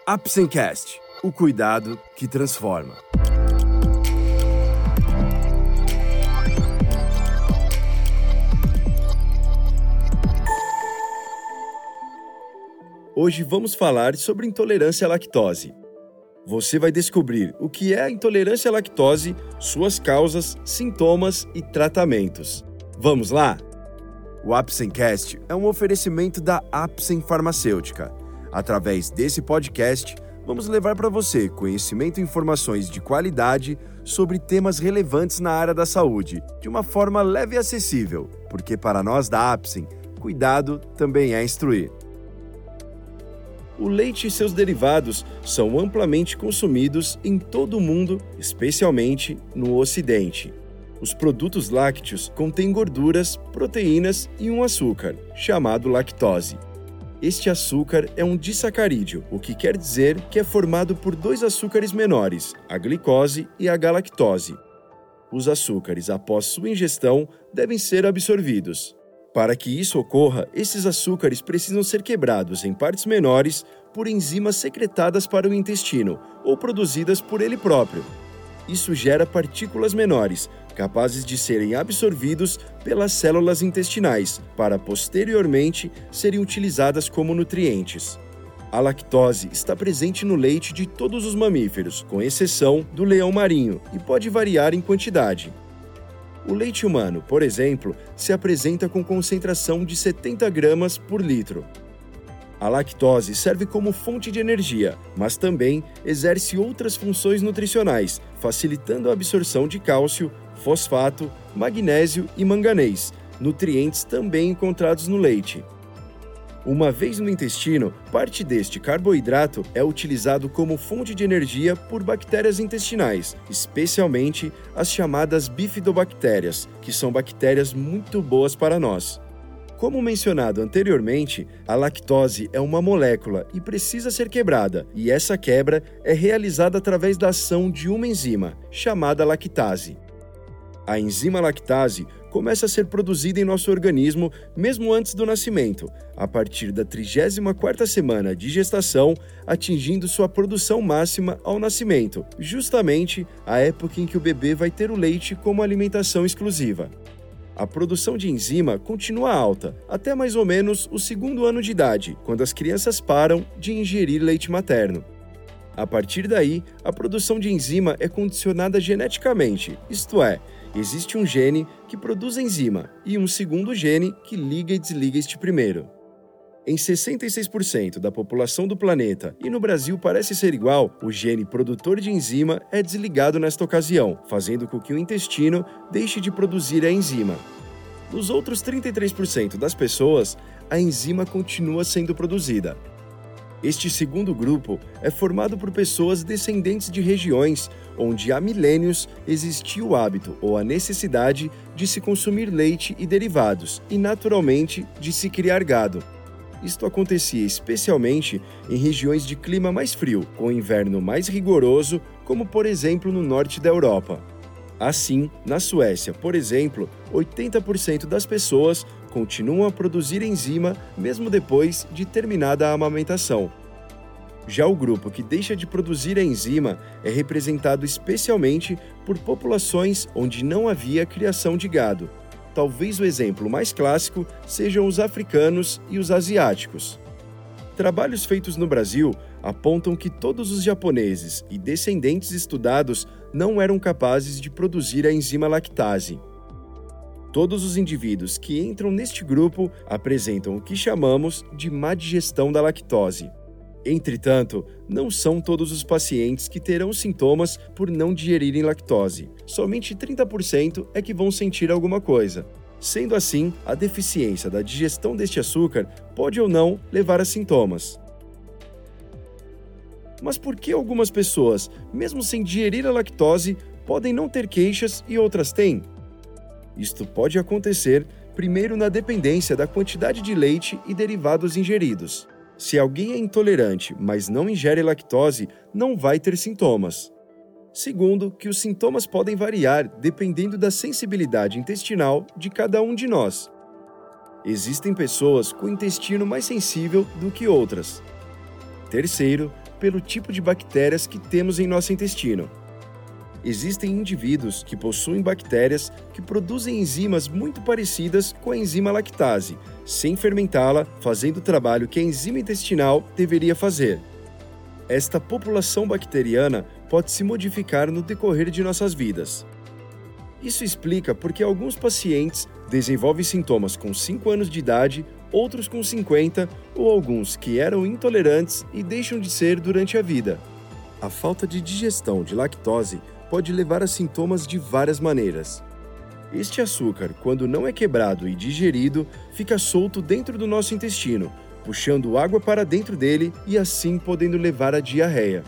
Apsencast, o cuidado que transforma. Hoje vamos falar sobre intolerância à lactose. Você vai descobrir o que é a intolerância à lactose, suas causas, sintomas e tratamentos. Vamos lá? O Apsencast é um oferecimento da Apsen Farmacêutica. Através desse podcast, vamos levar para você conhecimento e informações de qualidade sobre temas relevantes na área da saúde, de uma forma leve e acessível, porque para nós da Apsen, cuidado também é instruir. O leite e seus derivados são amplamente consumidos em todo o mundo, especialmente no Ocidente. Os produtos lácteos contêm gorduras, proteínas e um açúcar, chamado lactose. Este açúcar é um disacarídeo, o que quer dizer que é formado por dois açúcares menores, a glicose e a galactose. Os açúcares, após sua ingestão, devem ser absorvidos. Para que isso ocorra, esses açúcares precisam ser quebrados em partes menores por enzimas secretadas para o intestino ou produzidas por ele próprio. Isso gera partículas menores, capazes de serem absorvidos pelas células intestinais, para posteriormente serem utilizadas como nutrientes. A lactose está presente no leite de todos os mamíferos, com exceção do leão marinho, e pode variar em quantidade. O leite humano, por exemplo, se apresenta com concentração de 70 gramas por litro. A lactose serve como fonte de energia, mas também exerce outras funções nutricionais, facilitando a absorção de cálcio, fosfato, magnésio e manganês, nutrientes também encontrados no leite. Uma vez no intestino, parte deste carboidrato é utilizado como fonte de energia por bactérias intestinais, especialmente as chamadas bifidobactérias, que são bactérias muito boas para nós. Como mencionado anteriormente, a lactose é uma molécula e precisa ser quebrada, e essa quebra é realizada através da ação de uma enzima, chamada lactase. A enzima lactase começa a ser produzida em nosso organismo mesmo antes do nascimento, a partir da 34ª semana de gestação, atingindo sua produção máxima ao nascimento, justamente a época em que o bebê vai ter o leite como alimentação exclusiva. A produção de enzima continua alta, até mais ou menos o 2º ano de idade, quando as crianças param de ingerir leite materno. A partir daí, a produção de enzima é condicionada geneticamente, isto é, existe um gene que produz enzima e um segundo gene que liga e desliga este primeiro. Em 66% da população do planeta, e no Brasil parece ser igual, o gene produtor de enzima é desligado nesta ocasião, fazendo com que o intestino deixe de produzir a enzima. Nos outros 33% das pessoas, a enzima continua sendo produzida. Este segundo grupo é formado por pessoas descendentes de regiões onde há milênios existiu o hábito ou a necessidade de se consumir leite e derivados e, naturalmente, de se criar gado. Isto acontecia especialmente em regiões de clima mais frio, com inverno mais rigoroso, como por exemplo no norte da Europa. Assim, na Suécia, por exemplo, 80% das pessoas continuam a produzir enzima mesmo depois de terminada a amamentação. Já o grupo que deixa de produzir a enzima é representado especialmente por populações onde não havia criação de gado. Talvez o exemplo mais clássico sejam os africanos e os asiáticos. Trabalhos feitos no Brasil apontam que todos os japoneses e descendentes estudados não eram capazes de produzir a enzima lactase. Todos os indivíduos que entram neste grupo apresentam o que chamamos de má digestão da lactose. Entretanto, não são todos os pacientes que terão sintomas por não digerirem lactose. Somente 30% é que vão sentir alguma coisa. Sendo assim, a deficiência da digestão deste açúcar pode ou não levar a sintomas. Mas por que algumas pessoas, mesmo sem digerir a lactose, podem não ter queixas e outras têm? Isto pode acontecer, primeiro, na dependência da quantidade de leite e derivados ingeridos. Se alguém é intolerante, mas não ingere lactose, não vai ter sintomas. Segundo, que os sintomas podem variar dependendo da sensibilidade intestinal de cada um de nós. Existem pessoas com o intestino mais sensível do que outras. Terceiro, pelo tipo de bactérias que temos em nosso intestino. Existem indivíduos que possuem bactérias que produzem enzimas muito parecidas com a enzima lactase, sem fermentá-la, fazendo o trabalho que a enzima intestinal deveria fazer. Esta população bacteriana pode se modificar no decorrer de nossas vidas. Isso explica porque alguns pacientes desenvolvem sintomas com 5 anos de idade, outros com 50, ou alguns que eram intolerantes e deixam de ser durante a vida. A falta de digestão de lactose pode levar a sintomas de várias maneiras. Este açúcar, quando não é quebrado e digerido, fica solto dentro do nosso intestino, puxando água para dentro dele e assim podendo levar à diarreia.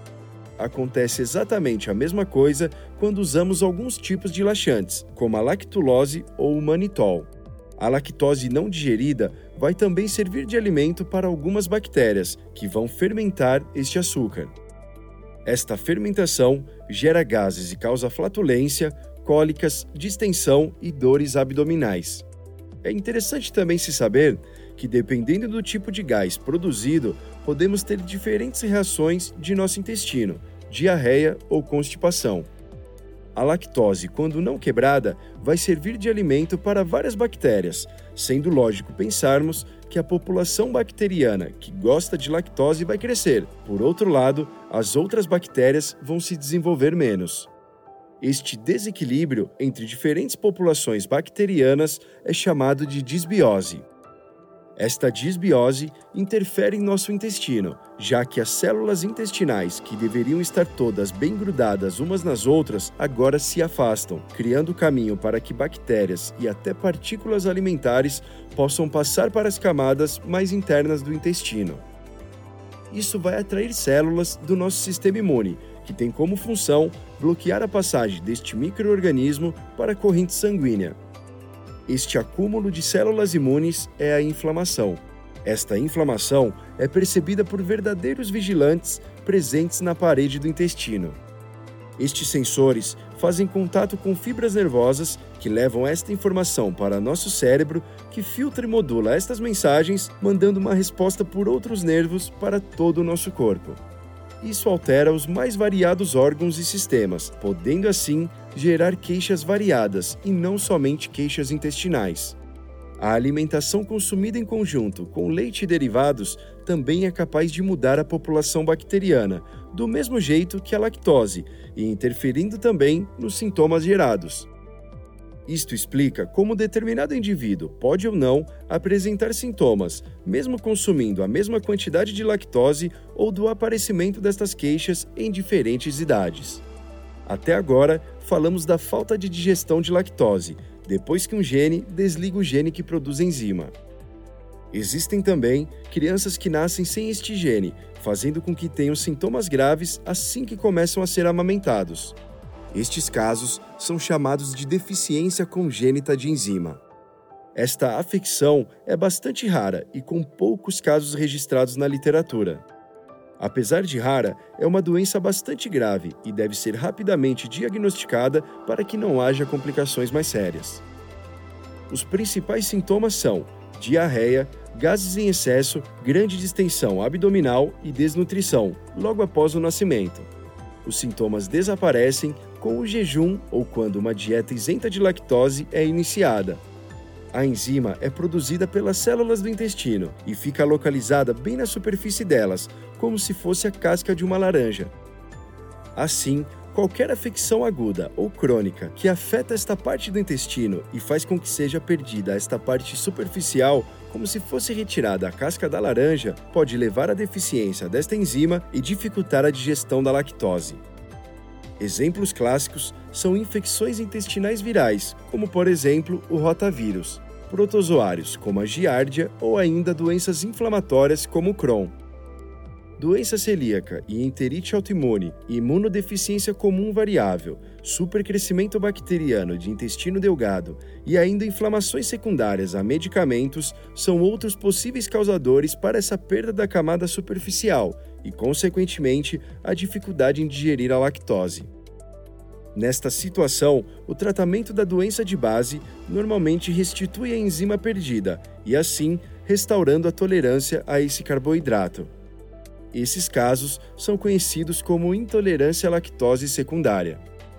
Acontece exatamente a mesma coisa quando usamos alguns tipos de laxantes, como a lactulose ou o manitol. A lactose não digerida vai também servir de alimento para algumas bactérias, que vão fermentar este açúcar. Esta fermentação gera gases e causa flatulência, cólicas, distensão e dores abdominais. É interessante também se saber que, dependendo do tipo de gás produzido, podemos ter diferentes reações de nosso intestino, diarreia ou constipação. A lactose, quando não quebrada, vai servir de alimento para várias bactérias, sendo lógico pensarmos que a população bacteriana que gosta de lactose vai crescer. Por outro lado, as outras bactérias vão se desenvolver menos. Este desequilíbrio entre diferentes populações bacterianas é chamado de disbiose. Esta disbiose interfere em nosso intestino, já que as células intestinais, que deveriam estar todas bem grudadas umas nas outras, agora se afastam, criando caminho para que bactérias e até partículas alimentares possam passar para as camadas mais internas do intestino. Isso vai atrair células do nosso sistema imune, que tem como função bloquear a passagem deste micro-organismo para a corrente sanguínea. Este acúmulo de células imunes é a inflamação. Esta inflamação é percebida por verdadeiros vigilantes presentes na parede do intestino. Estes sensores fazem contato com fibras nervosas que levam esta informação para nosso cérebro, que filtra e modula estas mensagens, mandando uma resposta por outros nervos para todo o nosso corpo. Isso altera os mais variados órgãos e sistemas, podendo assim gerar queixas variadas e não somente queixas intestinais. A alimentação consumida em conjunto com leite e derivados também é capaz de mudar a população bacteriana, do mesmo jeito que a lactose, e interferindo também nos sintomas gerados. Isto explica como determinado indivíduo pode ou não apresentar sintomas, mesmo consumindo a mesma quantidade de lactose, ou do aparecimento destas queixas em diferentes idades. Até agora, falamos da falta de digestão de lactose, depois que um gene desliga o gene que produz a enzima. Existem também crianças que nascem sem este gene, fazendo com que tenham sintomas graves assim que começam a ser amamentados. Estes casos são chamados de deficiência congênita de enzima. Esta afecção é bastante rara e com poucos casos registrados na literatura. Apesar de rara, é uma doença bastante grave e deve ser rapidamente diagnosticada para que não haja complicações mais sérias. Os principais sintomas são diarreia, gases em excesso, grande distensão abdominal e desnutrição, logo após o nascimento. Os sintomas desaparecem com o jejum ou quando uma dieta isenta de lactose é iniciada. A enzima é produzida pelas células do intestino e fica localizada bem na superfície delas, como se fosse a casca de uma laranja. Assim, qualquer afecção aguda ou crônica que afeta esta parte do intestino e faz com que seja perdida esta parte superficial, como se fosse retirada a casca da laranja, pode levar à deficiência desta enzima e dificultar a digestão da lactose. Exemplos clássicos são infecções intestinais virais, como por exemplo o rotavírus, protozoários como a giardia ou ainda doenças inflamatórias como o Crohn. Doença celíaca e enterite autoimune, imunodeficiência comum variável, supercrescimento bacteriano de intestino delgado e ainda inflamações secundárias a medicamentos são outros possíveis causadores para essa perda da camada superficial e, consequentemente, a dificuldade em digerir a lactose. Nesta situação, o tratamento da doença de base normalmente restitui a enzima perdida e, assim, restaurando a tolerância a esse carboidrato. Esses casos são conhecidos como intolerância à lactose secundária.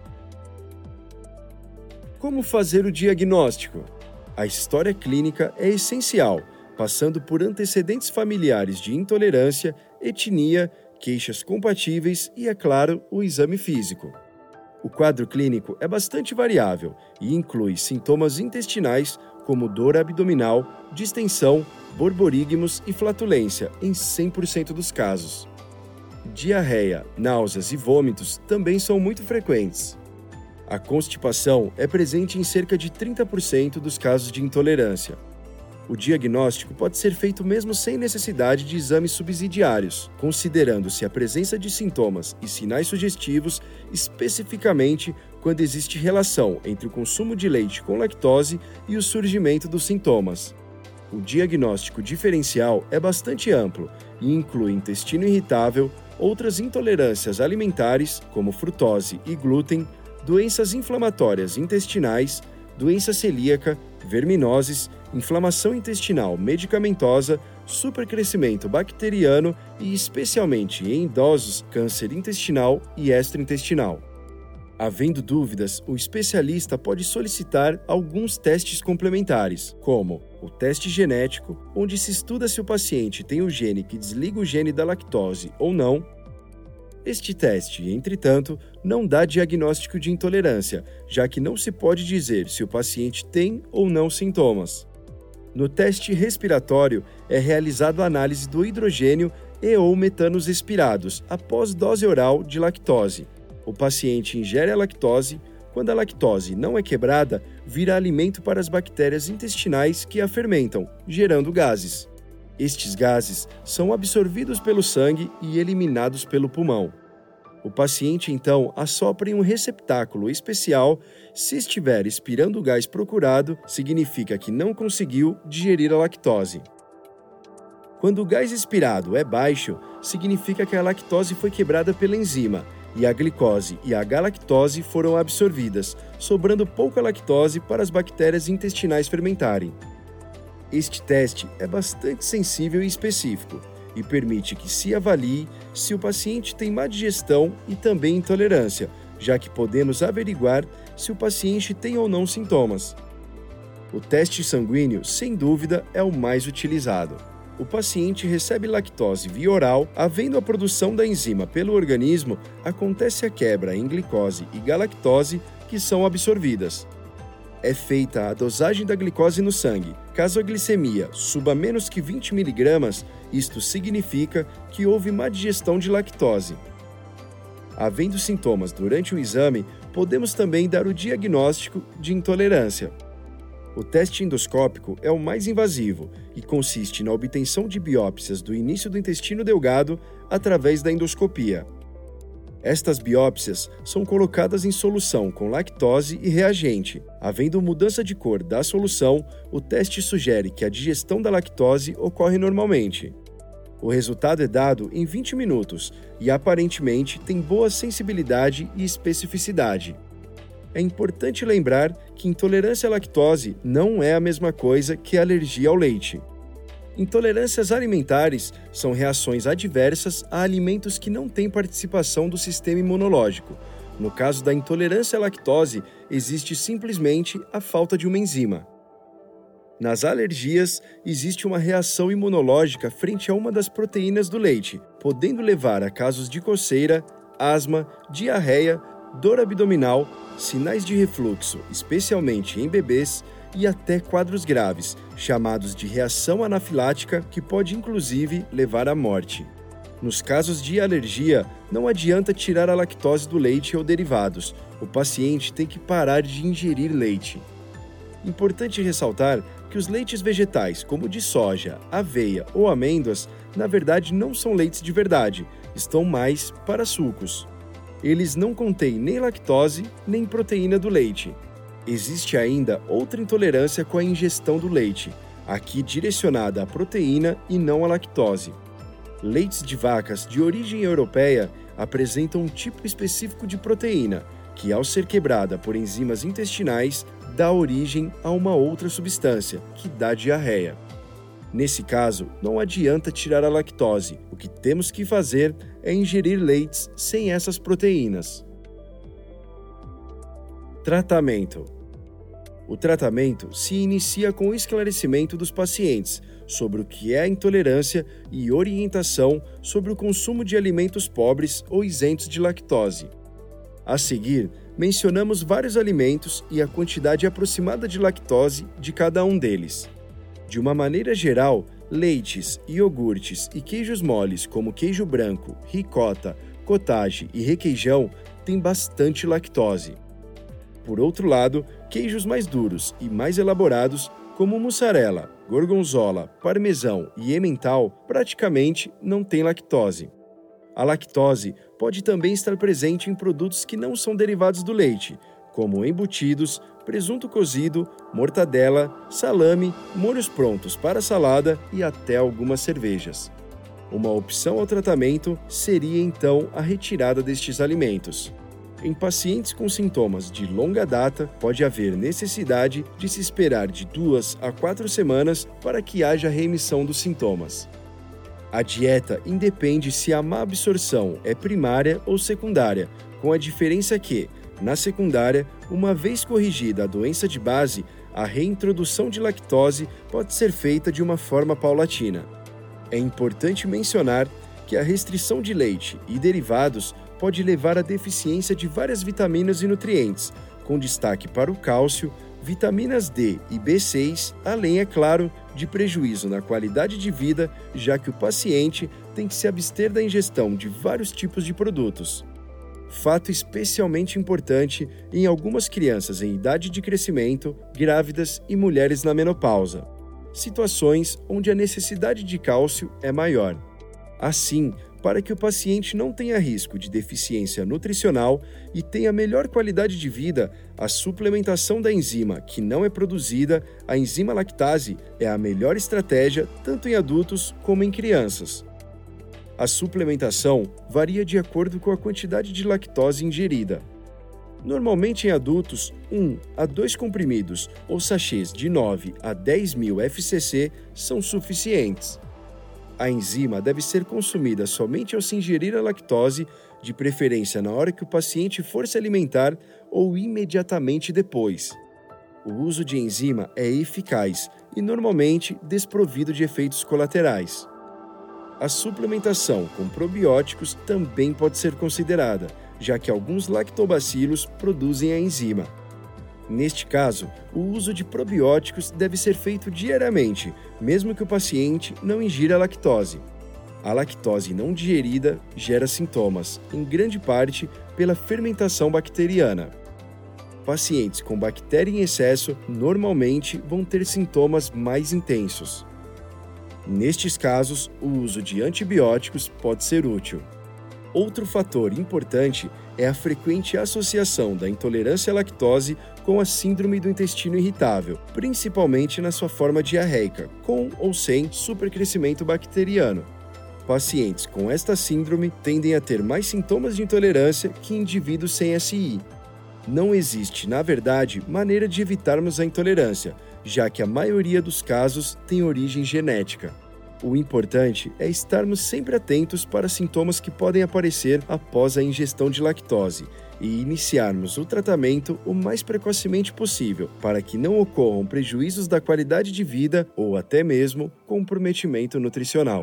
Como fazer o diagnóstico? A história clínica é essencial, passando por antecedentes familiares de intolerância, etnia, queixas compatíveis e, é claro, o exame físico. O quadro clínico é bastante variável e inclui sintomas intestinais como dor abdominal, distensão, borborigmos e flatulência em 100% dos casos. Diarreia, náuseas e vômitos também são muito frequentes. A constipação é presente em cerca de 30% dos casos de intolerância. O diagnóstico pode ser feito mesmo sem necessidade de exames subsidiários, considerando-se a presença de sintomas e sinais sugestivos, especificamente quando existe relação entre o consumo de leite com lactose e o surgimento dos sintomas. O diagnóstico diferencial é bastante amplo e inclui intestino irritável, outras intolerâncias alimentares, como frutose e glúten, doenças inflamatórias intestinais, doença celíaca, verminoses, inflamação intestinal medicamentosa, supercrescimento bacteriano e, especialmente em idosos, câncer intestinal e extraintestinal. Havendo dúvidas, o especialista pode solicitar alguns testes complementares, como o teste genético, onde se estuda se o paciente tem o gene que desliga o gene da lactose ou não. Este teste, entretanto, não dá diagnóstico de intolerância, já que não se pode dizer se o paciente tem ou não sintomas. No teste respiratório, é realizada a análise do hidrogênio e ou metanos expirados após dose oral de lactose. O paciente ingere a lactose. Quando a lactose não é quebrada, vira alimento para as bactérias intestinais que a fermentam, gerando gases. Estes gases são absorvidos pelo sangue e eliminados pelo pulmão. O paciente, então, assopra em um receptáculo especial. Se estiver expirando o gás procurado, significa que não conseguiu digerir a lactose. Quando o gás expirado é baixo, significa que a lactose foi quebrada pela enzima e a glicose e a galactose foram absorvidas, sobrando pouca lactose para as bactérias intestinais fermentarem. Este teste é bastante sensível e específico e permite que se avalie se o paciente tem má digestão e também intolerância, já que podemos averiguar se o paciente tem ou não sintomas. O teste sanguíneo, sem dúvida, é o mais utilizado. O paciente recebe lactose via oral, havendo a produção da enzima pelo organismo, acontece a quebra em glicose e galactose, que são absorvidas. É feita a dosagem da glicose no sangue. Caso a glicemia suba menos que 20 mg, isto significa que houve má digestão de lactose. Havendo sintomas durante o exame, podemos também dar o diagnóstico de intolerância. O teste endoscópico é o mais invasivo e consiste na obtenção de biópsias do início do intestino delgado através da endoscopia. Estas biópsias são colocadas em solução com lactose e reagente. Havendo mudança de cor da solução, o teste sugere que a digestão da lactose ocorre normalmente. O resultado é dado em 20 minutos e aparentemente tem boa sensibilidade e especificidade. É importante lembrar que intolerância à lactose não é a mesma coisa que alergia ao leite. Intolerâncias alimentares são reações adversas a alimentos que não têm participação do sistema imunológico. No caso da intolerância à lactose, existe simplesmente a falta de uma enzima. Nas alergias, existe uma reação imunológica frente a uma das proteínas do leite, podendo levar a casos de coceira, asma, diarreia, dor abdominal, sinais de refluxo, especialmente em bebês, e até quadros graves, chamados de reação anafilática, que pode inclusive levar à morte. Nos casos de alergia, não adianta tirar a lactose do leite ou derivados. O paciente tem que parar de ingerir leite. Importante ressaltar que os leites vegetais, como o de soja, aveia ou amêndoas, na verdade não são leites de verdade, estão mais para sucos. Eles não contêm nem lactose nem proteína do leite. Existe ainda outra intolerância com a ingestão do leite, aqui direcionada à proteína e não à lactose. Leites de vacas de origem europeia apresentam um tipo específico de proteína, que ao ser quebrada por enzimas intestinais, dá origem a uma outra substância, que dá diarreia. Nesse caso, não adianta tirar a lactose. O que temos que fazer é ingerir leites sem essas proteínas. Tratamento. O tratamento se inicia com o esclarecimento dos pacientes sobre o que é a intolerância e orientação sobre o consumo de alimentos pobres ou isentos de lactose. A seguir, mencionamos vários alimentos e a quantidade aproximada de lactose de cada um deles. De uma maneira geral, leites, iogurtes e queijos moles como queijo branco, ricota, cottage e requeijão têm bastante lactose. Por outro lado, queijos mais duros e mais elaborados, como mussarela, gorgonzola, parmesão e emmental, praticamente não têm lactose. A lactose pode também estar presente em produtos que não são derivados do leite, como embutidos, presunto cozido, mortadela, salame, molhos prontos para salada e até algumas cervejas. Uma opção ao tratamento seria então a retirada destes alimentos. Em pacientes com sintomas de longa data, pode haver necessidade de se esperar de 2 a 4 semanas para que haja remissão dos sintomas. A dieta independe se a má absorção é primária ou secundária, com a diferença que, na secundária, uma vez corrigida a doença de base, a reintrodução de lactose pode ser feita de uma forma paulatina. É importante mencionar que a restrição de leite e derivados pode levar à deficiência de várias vitaminas e nutrientes, com destaque para o cálcio, vitaminas D e B6, além, é claro, de prejuízo na qualidade de vida, já que o paciente tem que se abster da ingestão de vários tipos de produtos. Fato especialmente importante em algumas crianças em idade de crescimento, grávidas e mulheres na menopausa, situações onde a necessidade de cálcio é maior. Assim, para que o paciente não tenha risco de deficiência nutricional e tenha melhor qualidade de vida, a suplementação da enzima que não é produzida, a enzima lactase, é a melhor estratégia tanto em adultos como em crianças. A suplementação varia de acordo com a quantidade de lactose ingerida. Normalmente em adultos, 1 a 2 comprimidos ou sachês de 9 a 10.000 FCC são suficientes. A enzima deve ser consumida somente ao se ingerir a lactose, de preferência na hora que o paciente for se alimentar ou imediatamente depois. O uso de enzima é eficaz e normalmente desprovido de efeitos colaterais. A suplementação com probióticos também pode ser considerada, já que alguns lactobacilos produzem a enzima. Neste caso, o uso de probióticos deve ser feito diariamente, mesmo que o paciente não ingira lactose. A lactose não digerida gera sintomas, em grande parte pela fermentação bacteriana. Pacientes com bactéria em excesso normalmente vão ter sintomas mais intensos. Nestes casos, o uso de antibióticos pode ser útil. Outro fator importante é a frequente associação da intolerância à lactose com a síndrome do intestino irritável, principalmente na sua forma diarreica, com ou sem supercrescimento bacteriano. Pacientes com esta síndrome tendem a ter mais sintomas de intolerância que indivíduos sem SI. Não existe, na verdade, maneira de evitarmos a intolerância, já que a maioria dos casos tem origem genética. O importante é estarmos sempre atentos para sintomas que podem aparecer após a ingestão de lactose e iniciarmos o tratamento o mais precocemente possível, para que não ocorram prejuízos da qualidade de vida ou até mesmo comprometimento nutricional.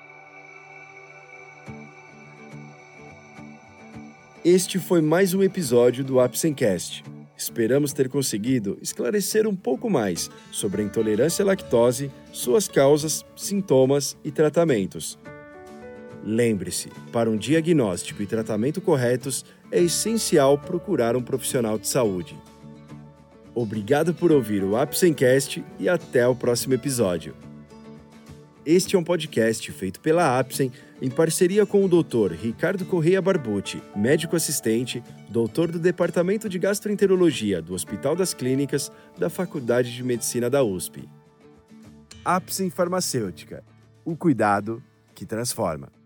Este foi mais um episódio do Apsencast. Esperamos ter conseguido esclarecer um pouco mais sobre a intolerância à lactose, suas causas, sintomas e tratamentos. Lembre-se, para um diagnóstico e tratamento corretos, é essencial procurar um profissional de saúde. Obrigado por ouvir o Apsencast e até o próximo episódio. Este é um podcast feito pela Apsen em parceria com o Dr. Ricardo Correia Barbucci, médico assistente, doutor do Departamento de Gastroenterologia do Hospital das Clínicas da Faculdade de Medicina da USP. Apsen Farmacêutica, o cuidado que transforma.